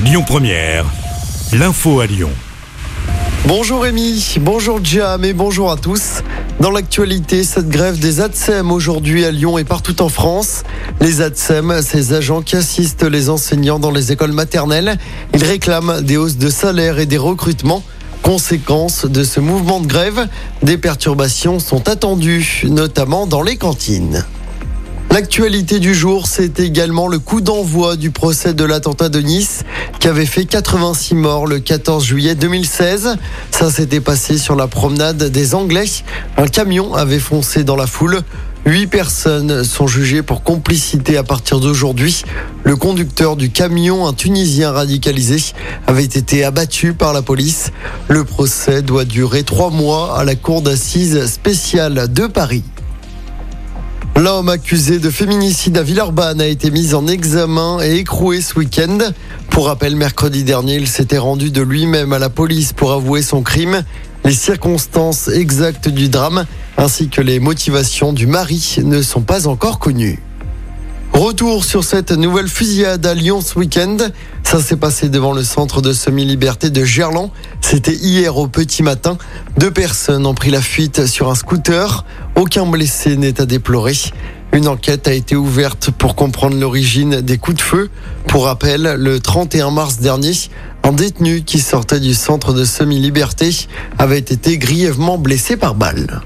Lyon Première, l'info à Lyon. Bonjour Rémi, bonjour Jam et bonjour à tous. Dans l'actualité, cette grève des ATSEM aujourd'hui à Lyon et partout en France. Les ATSEM, ces agents qui assistent les enseignants dans les écoles maternelles, ils réclament des hausses de salaire et des recrutements. Conséquence de ce mouvement de grève, des perturbations sont attendues, notamment dans les cantines. L'actualité du jour, c'est également le coup d'envoi du procès de l'attentat de Nice qui avait fait 86 morts le 14 juillet 2016. Ça s'était passé sur la promenade des Anglais. Un camion avait foncé dans la foule. 8 personnes sont jugées pour complicité à partir d'aujourd'hui. Le conducteur du camion, un Tunisien radicalisé, avait été abattu par la police. Le procès doit durer 3 mois à la cour d'assises spéciale de Paris. L'homme accusé de féminicide à Villeurbanne a été mis en examen et écroué ce week-end. Pour rappel, mercredi dernier, il s'était rendu de lui-même à la police pour avouer son crime. Les circonstances exactes du drame ainsi que les motivations du mari ne sont pas encore connues. Retour sur cette nouvelle fusillade à Lyon ce week-end. Ça s'est passé devant le centre de semi-liberté de Gerland. C'était hier au petit matin. 2 personnes ont pris la fuite sur un scooter. Aucun blessé n'est à déplorer. Une enquête a été ouverte pour comprendre l'origine des coups de feu. Pour rappel, le 31 mars dernier, un détenu qui sortait du centre de semi-liberté avait été grièvement blessé par balle.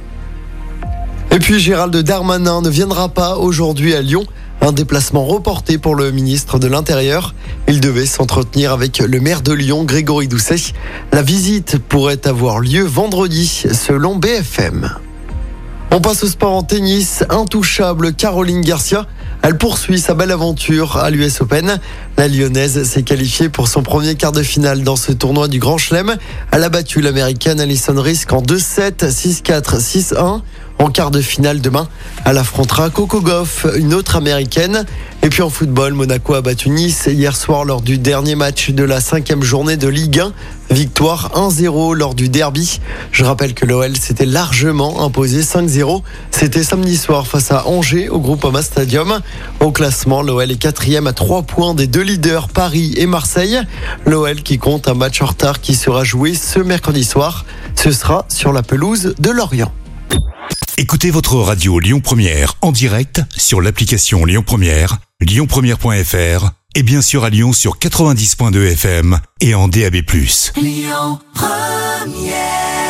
Et puis Gérald Darmanin ne viendra pas aujourd'hui à Lyon. Un déplacement reporté pour le ministre de l'Intérieur. Il devait s'entretenir avec le maire de Lyon, Grégory Doucet. La visite pourrait avoir lieu vendredi, selon BFM. On passe au sport en tennis. Intouchable Caroline Garcia. Elle poursuit sa belle aventure à l'US Open. La Lyonnaise s'est qualifiée pour son premier quart de finale dans ce tournoi du Grand Chelem. Elle a battu l'Américaine Alison Risk en 2-7, 6-4, 6-1. En quart de finale demain, elle affrontera Coco Gauff, une autre américaine. Et puis en football, Monaco a battu Nice hier soir lors du dernier match de la 5e journée de Ligue 1. Victoire 1-0 lors du derby. Je rappelle que l'OL s'était largement imposé 5-0. C'était samedi soir face à Angers au Groupama Stadium. Au classement, l'OL est 4e à 3 points des 2 leaders Paris et Marseille. L'OL qui compte un match en retard qui sera joué ce mercredi soir. Ce sera sur la pelouse de Lorient. Écoutez votre radio Lyon Première en direct sur l'application Lyon Première, lyonpremière.fr et bien sûr à Lyon sur 90.2 FM et en DAB+. Lyon Première.